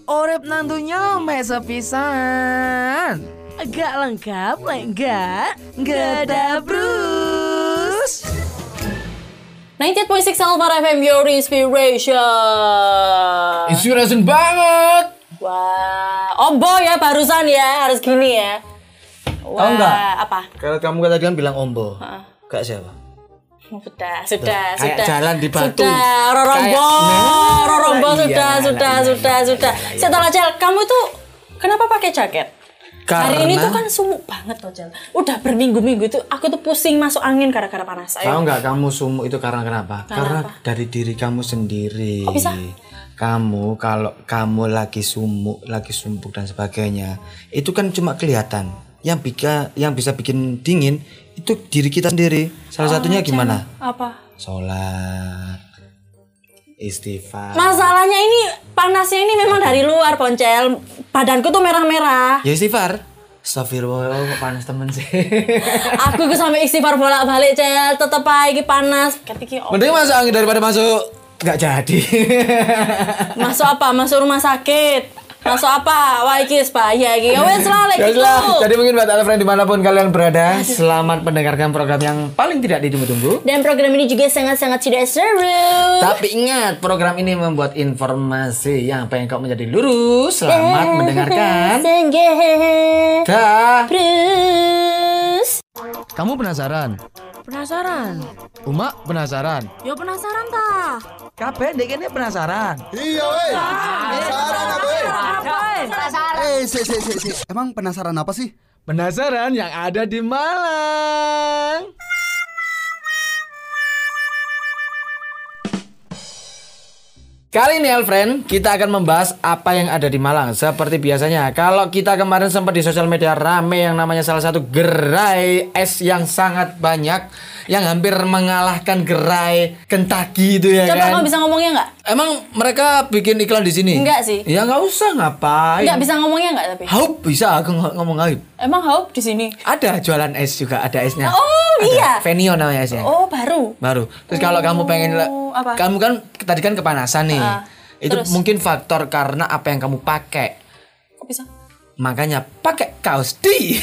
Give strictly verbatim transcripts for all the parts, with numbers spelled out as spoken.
Orep nantunya mek sepisan. Agak lengkap, enggak? Gada Bruce. sembilan puluh delapan titik enam Alvar F M, your inspiration. Inspiration banget. Wah, ombo ya barusan ya, harus gini ya. Wah, tahu nggak? Apa? Kalau kamu tadi kan bilang ombo. Heeh. Kak siapa? Sudah, sudah, Kayak sudah. jalan di batu. Sudah, Rorombo, Kayak- Rorombo, Nah, sudah, iya, sudah, nah, iya, sudah, iya, sudah. iya, iya. Setelah Jel, kamu tuh kenapa pakai jaket? Hari ini Karena- tuh kan sumuk banget loh, Jel. Udah berminggu-minggu tuh aku tuh pusing masuk angin gara-gara panas. Tahu Ayo. nggak kamu sumuk itu karena kenapa? Karena Karena apa? dari diri kamu sendiri. Kok bisa? Kamu kalau kamu lagi sumuk, lagi sumpuk dan sebagainya, itu kan cuma kelihatan. Yang bisa yang bisa bikin dingin itu diri kita sendiri. Salah satunya gimana? Apa? Sholat, istighfar. Masalahnya ini panasnya ini memang dari luar, Poncel. Badanku tuh merah-merah. Ya istighfar. Astagfirullah, kok panas temen sih. Aku ke sampai istighfar bolak-balik, Cel. Tetep aja iki panas. Ketiki oh. Mending masuk angin daripada masuk nggak jadi. Masuk apa? Masuk rumah sakit. Masuk apa? Wah, iki wis bahaya iki. Ya wes lah lek Ya gitu. sudah. Jadi mungkin buat friend dimanapun kalian berada, selamat mendengarkan program yang paling tidak ditunggu-tunggu. Dan program ini juga sangat-sangat tidak seru. Tapi ingat, program ini membuat informasi yang pengen kau menjadi lurus. Selamat mendengarkan. Senggeh. Dah. Bruce. Kamu penasaran? Penasaran? Uma penasaran? Yo penasaran ta? Kabeh ndek kene penasaran. Iya weh. Penasaran apa weh? Eh, si, si, si, si. Emang penasaran apa sih? Penasaran yang ada di Malang. Kali ini Elfriend, kita akan membahas apa yang ada di Malang. Seperti biasanya, kalau kita kemarin sempat di sosial media rame yang namanya salah satu gerai es yang sangat banyak, yang hampir mengalahkan gerai Kentucky itu ya. Coba kan? kamu bisa ngomongnya nggak? Emang mereka bikin iklan di sini? Enggak sih. Ya nggak usah, ngapain? Nggak bisa ngomongnya nggak tapi? Haup bisa aku ng- ngomong haup. Emang Hope di sini? Ada jualan es juga, ada esnya. Oh, Ada. iya. Venio namanya esnya. Oh, baru. Baru. Terus kalau kamu pengen le- apa? kamu kan tadi kan kepanasan nih. Ah, itu terus? mungkin faktor karena apa yang kamu pakai. Kok bisa? Makanya pakai kaos di.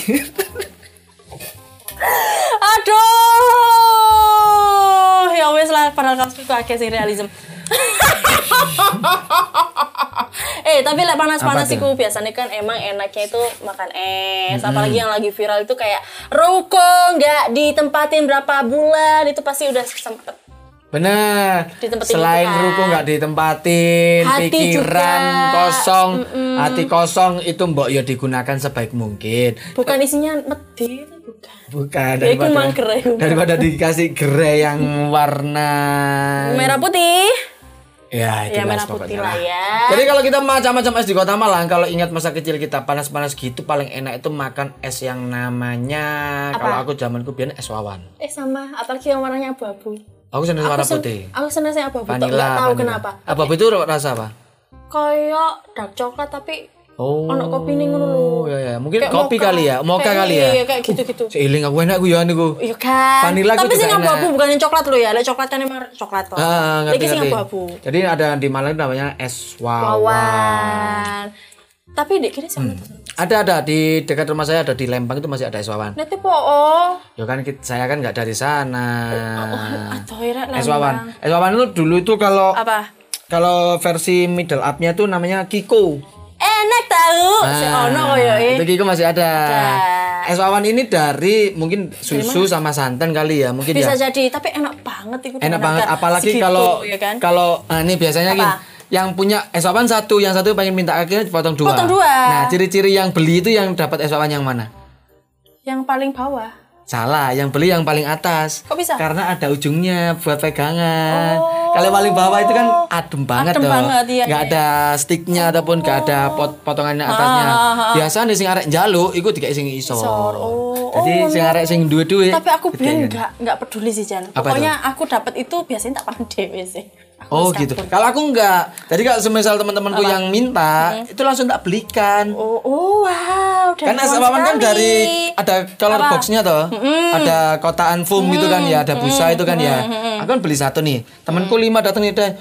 Aduh, ya wes lah, padahal kamu suka akeh sih realism. eh tapi lek panas-panas Apa tuh? iku biasanya kan emang enaknya itu makan es, apalagi yang lagi viral itu kayak ruko nggak ditempatin berapa bulan itu pasti udah sempet. Bener. Ditempatin Selain gitu kan. ruko nggak ditempatin, Hati pikiran juga. kosong, hati kosong itu mbok ya digunakan sebaik mungkin. Bukan isinya medit, bukan. Bukan Ya, iku daripada, mang gerai. daripada dikasih gerai yang warna Merah putih. Ya, itu Ya merah putih lah ya. Jadi kalau kita macam-macam es di Kota Malang, kalau ingat masa kecil kita panas-panas gitu, paling enak itu makan es yang namanya, Apa? kalau aku zamanku biar es wawan. Eh sama, apalagi yang warnanya abu-abu. Aku seneng warna sen- putih. Aku seneng yang abu-abu. Vanilla. Nggak tahu vanilla. kenapa. Abu-abu itu rasa apa? Kayak dark coklat tapi Oh. ono kopi ning ngono lho. Oh ya ya, mungkin Kayak kopi mocha. kali ya, mocha Kayak- kali ya. Iya, kayak gitu-gitu. Seiling aku enak gue ya niku. Iya kan. Vanilla Tapi aku sing juga abu-abu enak. bukan yang coklat lho ya. Lek coklat kan emang coklat toh. Ah, ngerti Iki sing ngerti. abu-abu. Jadi ada di Malang namanya es wawan. Wawan. Tapi dek kene sama tuh. Ada ada di dekat rumah saya, ada di Lembang itu masih ada es wawan. Nanti po oh. Ya kan kit- saya kan nggak dari sana. Aduh, ira Es wawan. Es wawan itu dulu itu kalau Apa? kalau versi middle up-nya tuh namanya Kiko. Enak tahu. Si ono koyo eh. Itu Kiko masih ada. Ada. Es wawan ini dari mungkin susu sama santan kali ya, mungkin Bisa ya. jadi, tapi enak banget itu. Enak dengan banget harga apalagi segitu, kalau ya kan? kalau nah ini biasanya Apa? gini, yang punya es wawan satu, yang satu pengen minta akhirnya dipotong dua. Potong dua. Nah, ciri-ciri yang beli itu yang dapat es wawan yang mana? Yang paling bawah. Salah, yang beli yang paling atas. Kok bisa? Karena ada ujungnya buat pegangan. Oh. Kalau paling bawah itu kan adem banget Adem toh. banget, iya, Nggak iya. ada sticknya ataupun nggak ada pot potongannya atasnya. Ah, ah, ah. Biasa nih sing arek njaluk iku dikek sing isor. Isor, oh. Jadi Oh, sing no. arek sing duwe-duwe. Tapi aku dikek biar ngene. nggak nggak peduli sih Jan. Apa Pokoknya aku dapat itu biasanya tak paham dewe sih. Aku Oh harus gitu. kabur. Kalau aku enggak. Jadi kalau semisal teman-temanku yang minta, itu langsung tak belikan. Oh, oh wow. Dan Kan es bawang wawan kan sekali. dari ada color Apa? boxnya toh, ada kotaan foam gitu kan ya, ada busa itu kan ya. Aku kan beli satu nih, temanku lima datang nih, "Deh,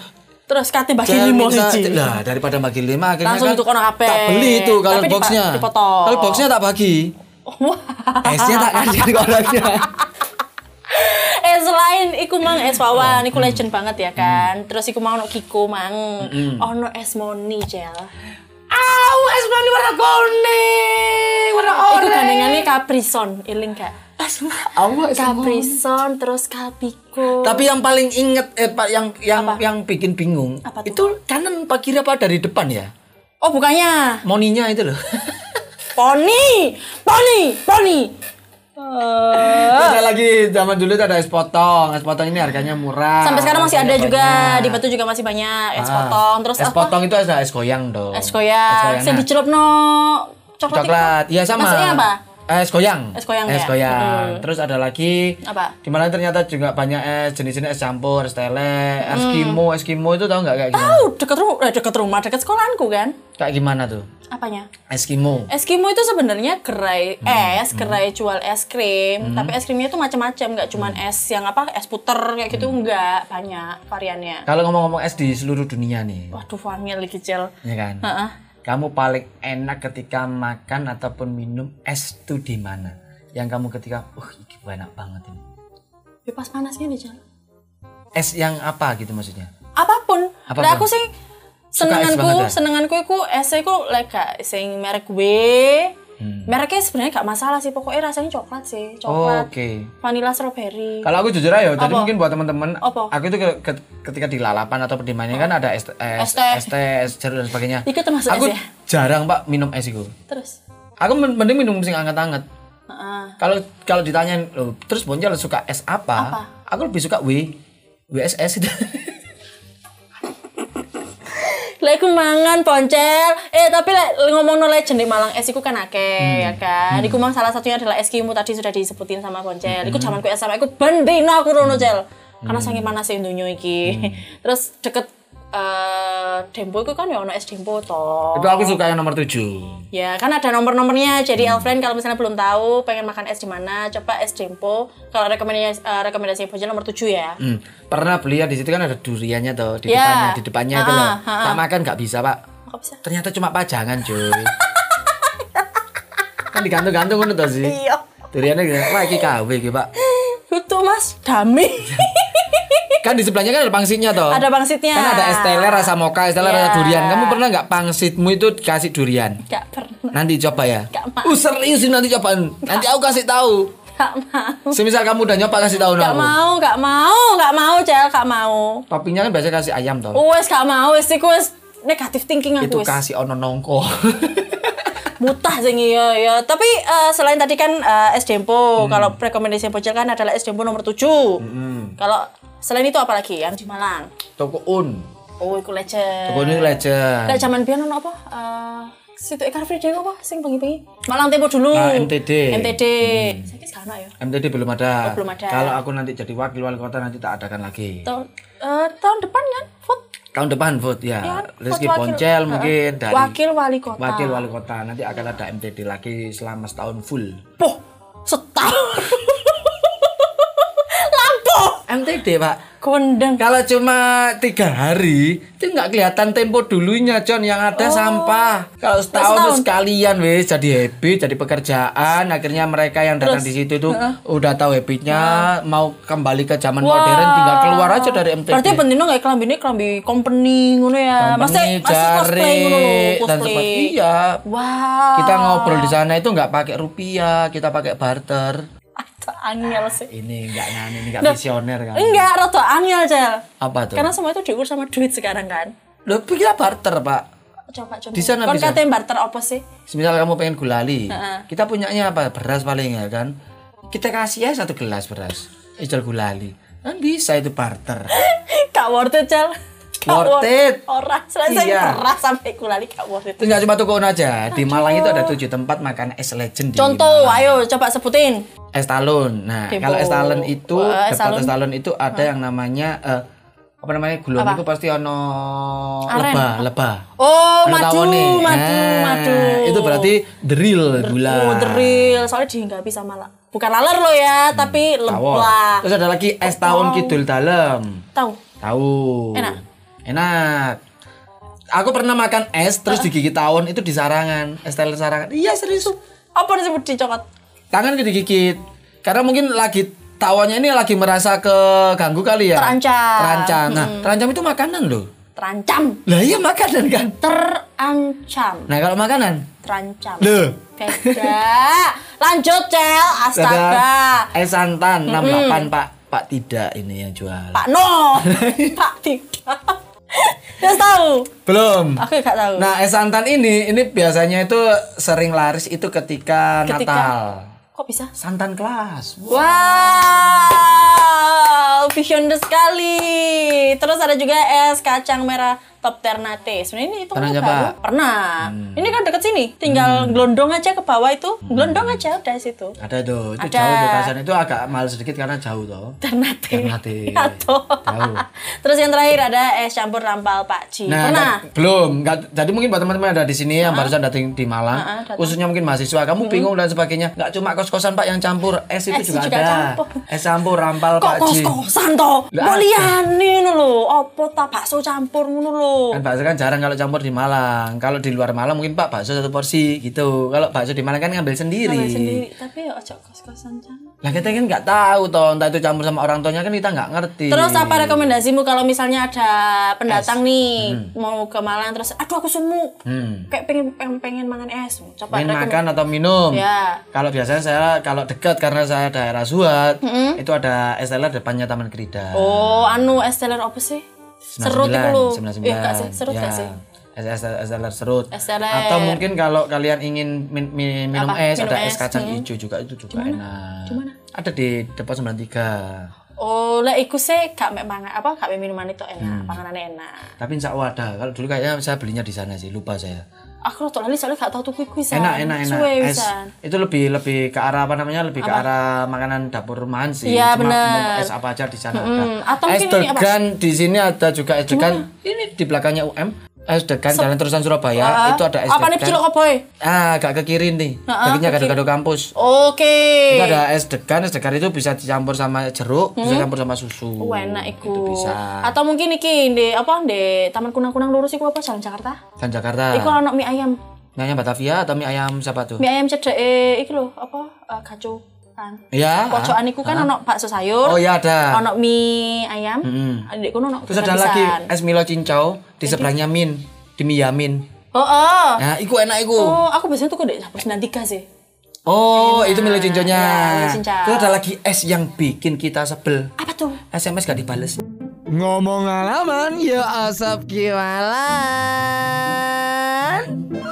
Terus kate bagi Saya limo minta- siji. Lah daripada bagi lima akhirnya Langsung kan ditukono kabeh. tak beli itu kalau Tapi dipa- boxnya. dipotong. Kalau boxnya tak bagi. Wah. Esnya tak kasih ke orangnya. Eh selain iku mang es wawan, iku legend banget ya kan. Terus iku mau ono Kiko mang. Ono es moni Cel. Au, es mani warna kuning, warna Iku oranye. gandengane Caprison, iling gak? Au, es mani. Caprison terus Calpico. Tapi yang paling inget eh Pak yang yang Apa? yang bikin bingung Apa tuh? itu kanan Pak kira apa dari depan ya? Oh bukannya. Moninya itu loh. Poni, poni, poni. Itu ada lagi zaman dulu itu ada es potong. Es potong ini harganya murah. Sampai sekarang masih ada Harganya juga banyak. di Batu juga masih banyak es Ah, potong. Terus es apa? potong itu ada es goyang dong. Es goyang. Es Saya dicelupno coklat. Coklat. Iya sama. Maksudnya apa? Es goyang. Es goyang Es ya? goyang. Hmm. Terus ada lagi Apa? di mana ternyata juga banyak es jenis-jenis es campur, es tele, eskimo, eskimo itu tahu nggak kayak gimana? Tahu deket rumah, eh, deket rumah, deket sekolahanku kan? Kayak gimana tuh? Apanya? Eskimo. Eskimo itu sebenarnya gerai Hmm. es, gerai jual es krim, tapi es krimnya itu macam-macam, nggak cuman Hmm. es yang apa, es puter kayak gitu enggak, banyak variannya. Kalau ngomong-ngomong es di seluruh dunia nih, Waduh, wangil lagi Cel. ya kan? Heeh. Kamu paling enak ketika makan ataupun minum es tuh di mana? Yang kamu ketika, uh, ini enak banget ini. Ya pas panasnya nih Cel. Es yang apa gitu maksudnya? Apapun. Apapun. Lah aku sih Suka es banget senenganku, ya? senenganku iku es iku like gak sing merek W. Hmm. Mereknya sebenarnya gak masalah sih, pokoknya rasanya coklat sih, Oh, coklat. oke. Vanilla strawberry. Kalau aku jujur aja, tadi Apa? mungkin buat teman-teman, Apa? aku itu ke- ke- ketika di lalapan atau di mana kan ada es, es, Es teh. es teh, es jeruk dan sebagainya. Iku termasuk aku es ya? jarang pak minum es itu. Terus. Aku men- mending minum sing anget-anget. Heeh. Kalau kalau ditanyain, loh, terus Bonjol suka es apa? Apa? Aku lebih suka W, W S S itu. Lah iku mangan poncel. Eh tapi lek ngomongno legend di Malang es iku kan akeh ya kan. Iku mang salah satunya adalah es kimu tadi sudah disebutin sama poncel. Iku zamanku S M A iku bendino aku rono Cel. Karena saking panasnya donya iki. Terus deket eh Dempo itu kan ya ono es Dempo toh. Itu aku suka yang nomor tujuh. Ya, kan ada nomor-nomornya. Jadi Elfriend kalau misalnya belum tahu pengen makan es di mana, coba es Dempo. Kalau rekomendasi uh, rekomendasi Poncel nomor tujuh ya. Hmm. Pernah beli ya di situ kan ada duriannya tuh di Ya. depannya, di depannya itu Ha-ha, loh. ha-ha. Tak makan nggak bisa pak. Kok bisa? Ternyata cuma pajangan cuy. Kan digantung-gantung ngono tuh sih. Iya. Duriannya gitu, wah iki K W iki pak. Itu Mas, dami. Kan di sebelahnya kan ada pangsitnya toh. Ada pangsitnya. Kan ada es tele rasa mocha, es tele Iya. rasa durian. Kamu pernah nggak pangsitmu itu kasih durian? Gak pernah. Nanti coba ya. Nggak mau. Uh serius ini nanti coba. Nanti aku kasih tahu. Gak mau. Semisal kamu udah nyoba kasih tahu Gak aku. mau, gak mau, gak mau, Cel, gak mau. Toppingnya kan biasanya kasih ayam toh. Wes gak mau, wes iku wes negatif thinking Itu aku wes. kasih ono nongko. Mutah sing iya ya. Tapi eh, selain tadi kan eh, es Dempo, kalau rekomendasi Poncel kan adalah es Dempo nomor tujuh. Kalau selain itu apa lagi yang di Malang? Toko Un. Oh, iku legend. Toko ini legend. Kayak zaman biyen ono apa? Eh situ Car Free Day apa sing bengi-bengi? Malang Tempo dulu. Ah, M T D. M T D. Saiki gak ono ya. M T D belum ada. Oh, belum ada. Kalau aku nanti jadi wakil wali kota nanti tak adakan lagi. Tahun eh, tahun depan kan vote Tahun depan vote ya. ya, Rizky vote wakil- Poncel Heeh. mungkin dari wakil wali kota. wakil wali kota. Nanti akan ada M T D lagi selama setahun full. Poh, setahun. Lampu. M T D pak. Kondang. Kalau cuma tiga hari itu nggak kelihatan tempo dulunya John yang ada sampah. Kalau setahun setahun. tuh sekalian wes jadi habit, jadi pekerjaan. Akhirnya mereka yang datang di situ tuh udah tahu habitnya, mau kembali ke zaman modern tinggal keluar aja dari M T D. Berarti bendino kayak kelambi ini kelambi company ngono ya. Company, Masih masih cosplay ngono lho, dan cosplay. seperti iya. Wow. Kita ngobrol di sana itu nggak pakai rupiah, kita pakai barter. Ada angel sih. Ini nggak nani, ini nggak Loh, visioner kan? Enggak, rada angel, Cel. Apa tuh? Karena semua itu diukur sama duit sekarang kan. Lo kita barter pak. Coba coba. Di sana Kon bisa. katanya barter apa sih? Misal kamu pengen gulali, Heeh. kita punyanya apa? Beras paling ya kan? Kita kasih ya satu gelas beras, ijal gulali. Kan bisa itu barter. Gak worth it, Cel. Gak Worth it. Orang selesai Iya. beras sampai kulali gak worth it. Itu nggak cuma toko aja. Di Malang itu ada tujuh tempat makan es legend. Di Contoh, Malang. ayo coba sebutin. Es talun. Nah, Tempo. kalau es talun itu, Wah, es dekat talun. es talun itu ada yang namanya eh, apa namanya? Gulung Apa? itu pasti ono Aren. lebah, lebah. Oh, Ada madu, tawone. madu, Nah, madu. Itu berarti drill gula. Oh, deril. Soalnya dihinggapi sama la- bukan laler lo ya, tapi Tawon. lebah. Terus ada lagi es tawon kidul dalam. Tahu? Tahu. Enak? Enak. Aku pernah makan es terus digigit tawon itu di Sarangan, es teler Sarangan. Iya serius. Apa disebut dicopot? Tangan digigit. Karena mungkin lagi tawonnya ini lagi merasa keganggu kali ya. Terancam. Terancam. Nah, terancam itu makanan loh. Terancam. Lah iya makanan kan. Terancam. Nah, kalau makanan Terancam. loh. Beda. Lanjut, Cel. Astaga. Es santan enam puluh delapan, Pak. Pak tidak ini yang jual. Pak No. Pak tidak. Udah tahu? Belum. Aku gak tahu. Nah, es santan ini ini biasanya itu sering laris itu ketika, Ketika- Natal. Kok bisa? Santan kelas. Wow, visioner sekali. Terus ada juga es kacang merah Top Ternate. Sebenarnya ini itu Pernah kan nyoba? baru. Pernah. Ini kan deket sini. Tinggal gelondong aja ke bawah itu. Gelondong aja udah situ. Ada tuh, itu Ada. jauh tuh kawasan itu agak mahal sedikit karena jauh tuh. Ternate. Ternate. Atau. Jauh. Terus yang terakhir ada es campur rampal Pak Ji. Nah, Pernah? nggak- belum. Nggak- jadi mungkin buat teman-teman yang ada di sini yang barusan datang di Malang, Uh-uh, datang. khususnya mungkin mahasiswa, kamu bingung dan sebagainya. Nggak cuma kos-kosan Pak yang campur, es itu Es juga, juga ada. campur. Es campur rampal Kok Pak Ji. kos-kosan toh? Lah, Kok liyane ngono lho. Apa ta bakso campur ngono lho. Kan bakso kan jarang kalau campur di Malang. Kalau di luar Malang mungkin Pak bakso satu porsi gitu. Kalau bakso di Malang kan ngambil sendiri. Ngambil sendiri, tapi ya ojo kos-kosan campur. Lah kita kan nggak tahu toh, entah itu campur sama orang tuanya kan kita nggak ngerti. Terus apa rekomendasimu kalau misalnya ada pendatang nih mau ke Malang terus aduh aku semu. Hmm. Kayak pengen pengen, pengen mangan es. Coba Main rekom- makan atau minum. Ya. Kalau biasanya saya kalau dekat karena saya daerah Suhat, itu ada es teler depannya Taman Gerida. Oh, anu es teler apa sih? Serut itu lho. sembilan puluh Iya sembilan. enggak sih? Serut Ya. enggak sih? Es, es, es teler serut. Es teler. Atau mungkin kalau kalian ingin min- min- minum Apa? es, Minum ada es es. kacang Hmm. hijau juga itu juga enak. Ada di depan sembilan puluh tiga. Oh, lah iku sih gak mek mangan apa gak mek minuman itu Hmm. enak, panganannya enak. Tapi insya Allah ada. Kalau dulu kayaknya saya belinya di sana sih, lupa saya. Aku rada lali soalnya gak tau tuku iku pisan. Enak, enak, enak. Suwe Es pisan. itu lebih lebih ke arah apa namanya? Lebih ke arah makanan dapur rumahan sih. Iya, Cuma bener. mau es apa aja di sana ada. atau Es mungkin ini apa? degan di sini ada juga es degan. Ini di belakangnya U M. Es degan Jalan Terusan Surabaya Ah, itu ada es apa nih degan. cilok boy? Ah, agak ke kiri nih. Ah, Degannya ke kiri. gado-gado kampus. Oke. Itu ada es degan, es degan itu bisa dicampur sama jeruk, bisa campur sama susu. Oh, enak iku. Itu bisa. Atau mungkin iki di apa di Taman Kunang-Kunang lurus iku apa Jalan Jakarta? Dan Jakarta. Iku ono mie ayam. Mie ayam Batavia atau mie ayam siapa tuh? Mie ayam cedeke iki lho, apa uh, gaco kan. Iya. Pojokan iku kan ono bakso sayur. Oh iya ada. Ono mie ayam. Mm-mm. Adik kono ono. Terus ada lagi gratisan. es Milo Cincau di sebelahnya Min, di Miyamin. Oh, oh. Nah, iku enak iku. Oh, aku biasanya tuh kok di sembilan puluh tiga sih. Oh, itu Milo Cinconya. Ya, Milo Cincau. Terus ada lagi es yang bikin kita sebel. Apa tuh? S M S gak dibales. Ngomong alaman, ya asap kiwalan.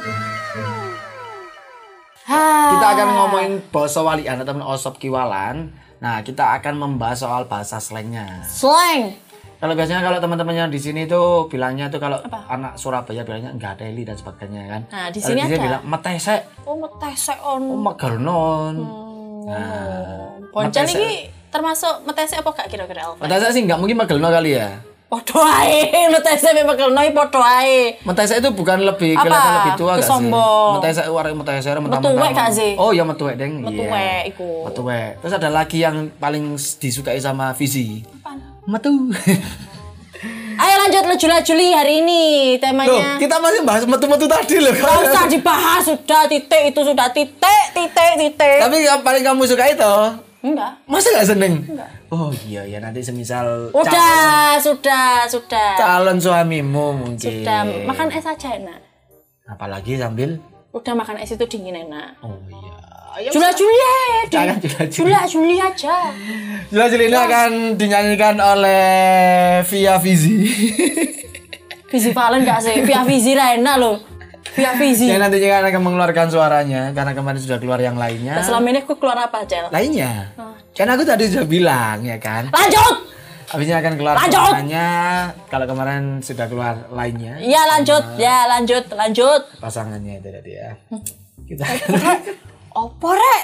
Kita akan ngomongin bahasa walian atau osop kiwalan. Nah, kita akan membahas soal bahasa slangnya. Slang. Kalau biasanya kalau teman-temannya di sini tuh bilangnya tuh kalau anak Surabaya bilangnya enggak ada eli dan sebagainya kan. Nah, di Kalau sini ada. bilang metesek, Oh, metesek on. oh magarnon. Nah, Poncel metesek. ini termasuk metesek apa gak kira-kira Alfa? Metesek sih enggak mungkin magelno kali ya. Podo ae, metesek memang kelno podo ae. Metesek itu bukan lebih Apa? kelihatan lebih tua gak sih? Kesombong. Metesek warna metesek Metuwek gak sih? Oh iya metuwek deng. Metuwek iku. Metuwek. Terus ada lagi yang paling disukai sama Vizi. Apaan? Metu. Ayo lanjut lejula-juli hari ini Loh, temanya. kita masih bahas metu-metu tadi loh. Gak usah dibahas, sudah titik itu sudah titik, titik, titik. Tapi yang paling kamu suka itu? Enggak. Masa gak seneng? Oh iya ya nanti semisal calon, Udah, sudah, sudah. calon suamimu mungkin. Sudah, makan es aja enak. Apalagi sambil Udah makan es itu dingin enak. oh iya. Jula-juli ya, Jangan jula-juli. Jula-juli aja. Jula-juli ini akan dinyanyikan oleh Via Vizi. Vizi Valen gak sih? Via Vizi lah enak loh. Via Vizi. Yang nantinya akan mengeluarkan suaranya karena kemarin sudah keluar yang lainnya. Nah, selama ini aku keluar apa, Cel? Lainnya. Kan aku tadi sudah bilang ya kan. Lanjut! Habisnya akan keluar Lanjut! suaranya. Kalau kemarin sudah keluar lainnya. Ya lanjut, ya lanjut, lanjut. Pasangannya itu tadi ya. Kita Opo rek?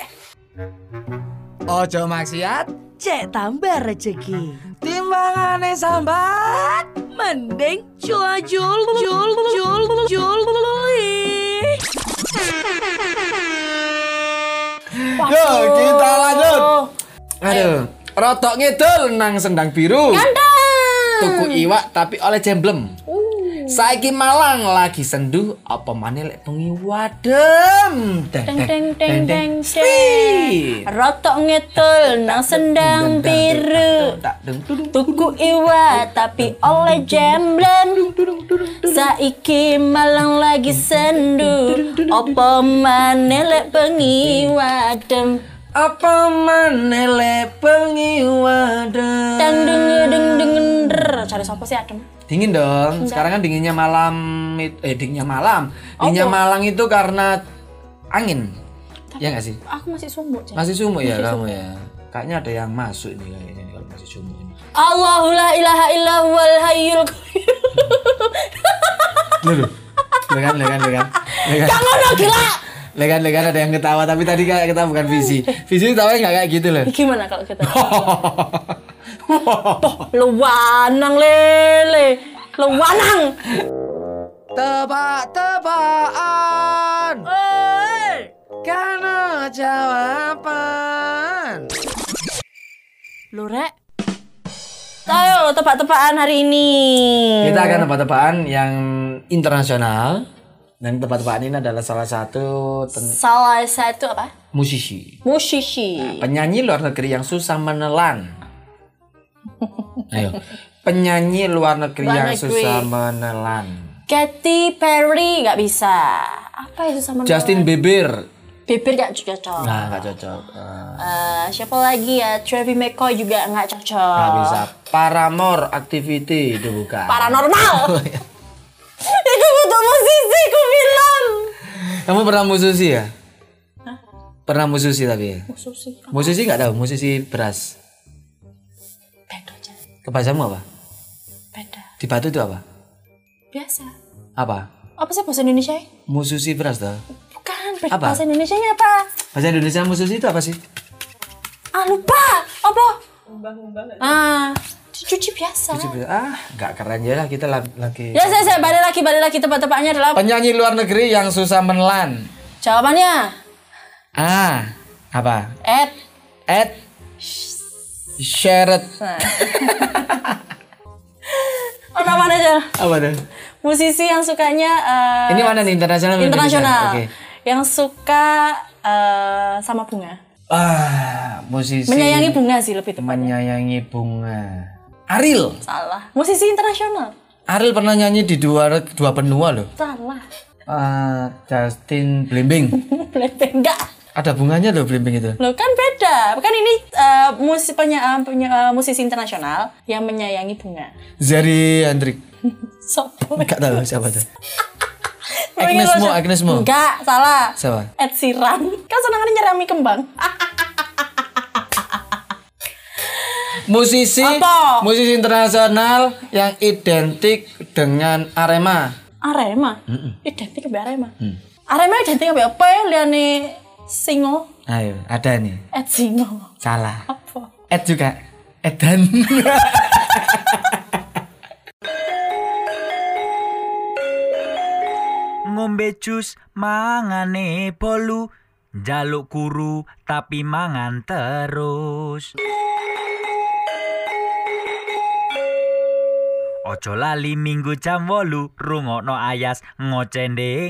Ojo maksiat, Cek tambah rezeki. timbangane sambat. Mending jul jul jul jul jul Yuk, kita lanjut. Aduh, rotok ngidul nang sendang biru. Gandang! tuku iwak tapi oleh jemblem. Saiki Malang lagi sendu apa maneh lek bengi wadem. Deng deng deng deng Spi. deng. Rotok ngetul nang sendang biru. Tuku iwak tapi oleh jemblem. Saiki Malang lagi sendu apa maneh lek bengi wadem. Apa maneh lek bengi wadem. Deng deng deng deng der. Cari sapa sih adem? Dingin dong. Sekarang kan dinginnya malam it- eh dinginnya malam. Dinginnya Apa? Malang itu karena angin. Ya nggak sih? Aku masih sumuk, Cek. Masih sumuk ya Masih kamu sumuk. ya. Kayaknya ada yang masuk ini kayaknya nih kalau masih sumuk ini. Allahu la ilaha illa huwal hayyul qayyum. Loh, lekan lekan lekan. Lekan. Kamu udah gila. Lekan lekan ada yang ketawa tapi tadi kayak kita bukan visi. Visi tawanya nggak kayak gitu loh. Gimana kalau kita? Lewanang lele. Lewanang. Tebak-tebakan. Oi. Karena jawaban. Lu rek. Ayo tebak-tebakan hari ini. Kita akan tebak-tebakan yang internasional. Dan tebak-tebakan ini adalah salah satu ten- Salah satu apa? musisi. Musisi. Penyanyi luar negeri yang susah menelan. Ayo. Penyanyi luar negeri Luar yang negeri. susah menelan. Katy Perry nggak bisa. Apa itu sama? Justin Bieber. Bibir nggak cocok. Nah, nggak cocok. Ah, Eh, siapa lagi ya? Travis McCoy juga nggak cocok. nggak bisa. Paramore Activity itu bukan. Paranormal. Itu butuh musisi, ku bilang. Kamu pernah musisi ya? Pernah musisi tapi ya? Musisi. Musisi nggak tahu, musisi beras. Beda aja. Kebahasamu apa? Beda. Di Batu itu apa? Biasa. Apa? Apa sih bahasa Indonesia? Musisi beras tuh. Bukan. Beda. Apa? Bahasa Indonesia-nya apa? Bahasa Indonesia musisi itu apa sih? Ah lupa. Apa? Ah, dicuci biasa. Ah, nggak keren ya lah kita la- lagi. Ya saya saya balik lagi balik lagi tebak-tebaknya adalah Penyanyi luar negeri yang susah menelan. jawabannya Ah, apa? Ed. Ed Sheeran. Oh namanya aja. Apa tuh? Musisi yang sukanya eh, Ini mana nih internasional? atau internasional. Indonesia? Oke. Yang suka eh, sama bunga. Ah, musisi Menyayangi bunga sih lebih tepatnya. menyayangi bunga. Ariel. Salah. Musisi internasional. Ariel pernah nyanyi di dua dua benua loh. Salah. Ah, Justin Bieber. Blackpink enggak. Ada bunganya loh Bieber itu. Loh kan beda. Kan ini eh, musik penya, eh, penya- eh, musisi internasional yang menyayangi bunga. Zari Hendrik. Sopo. Enggak tahu siapa tuh. Agnes Mo, Agnes Mo. Enggak, salah. Siapa? Ed Sheeran. Kan senangannya nyerami kembang. Musisi Apa? musisi internasional yang identik dengan Arema. Arema. Identik sama Arema. Arema identik sama apa ya? Liane Singo. Ayo, ada nih. Ed Singo. Salah. Apa? Ed juga. Edan. Ngombe jus mangane bolu, njaluk kuru tapi mangan terus. Ojo lali minggu jam wolu, rungokno ayas ngocende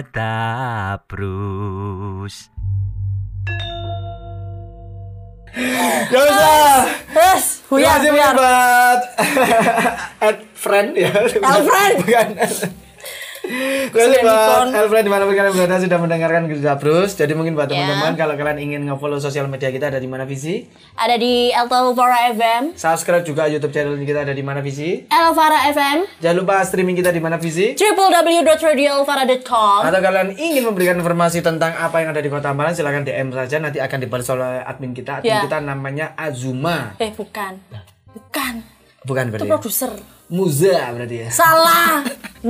ngetabrus. Ya udah. Yes, Terima buyar, kasih buyar. buat Ed friend ya. Elfriend. Bukan. Terima kasih buat Elfriend dimanapun kalian berada sudah mendengarkan Gerja Brus. Jadi mungkin buat Ya. teman-teman kalau kalian ingin nge-follow sosial media kita ada di mana Visi. Ada di Elvara F M. Subscribe juga YouTube channel kita ada di mana Visi. Elvara F M. Jangan lupa streaming kita di mana Visi. w w w dot radio elvara dot com. Atau kalian ingin memberikan informasi tentang apa yang ada di Kota Malang silahkan D M saja nanti akan dibalas oleh admin kita. Admin Ya. kita namanya Azuma. Eh bukan. Bukan. Bukan Itu berarti. ya? produser. Muza berarti ya. Salah.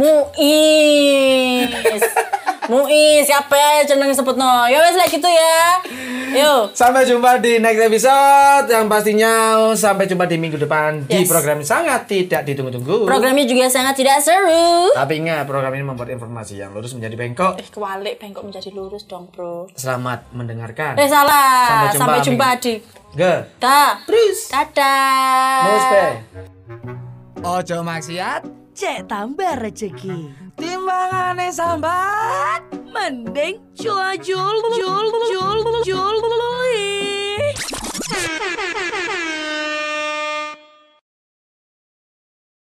Muis. Muis siapa jeneng sebutno. Ya wes lek gitu ya. Yuk. Sampai jumpa di next episode yang pastinya sampai jumpa di minggu depan di Yes. program yang sangat tidak ditunggu-tunggu. Programnya juga sangat tidak seru. Tapi ingat program ini membuat informasi yang lurus menjadi bengkok. Eh kewalik bengkok menjadi lurus dong bro. Selamat mendengarkan. Eh salah. Sampai jumpa Sampai jumpa minggu- di Ge. Da. Terus. Dadah. Nuspe. Ojo maksiat, Cek tambah rezeki. timbangane sambat. Mending jual jual jual jual jual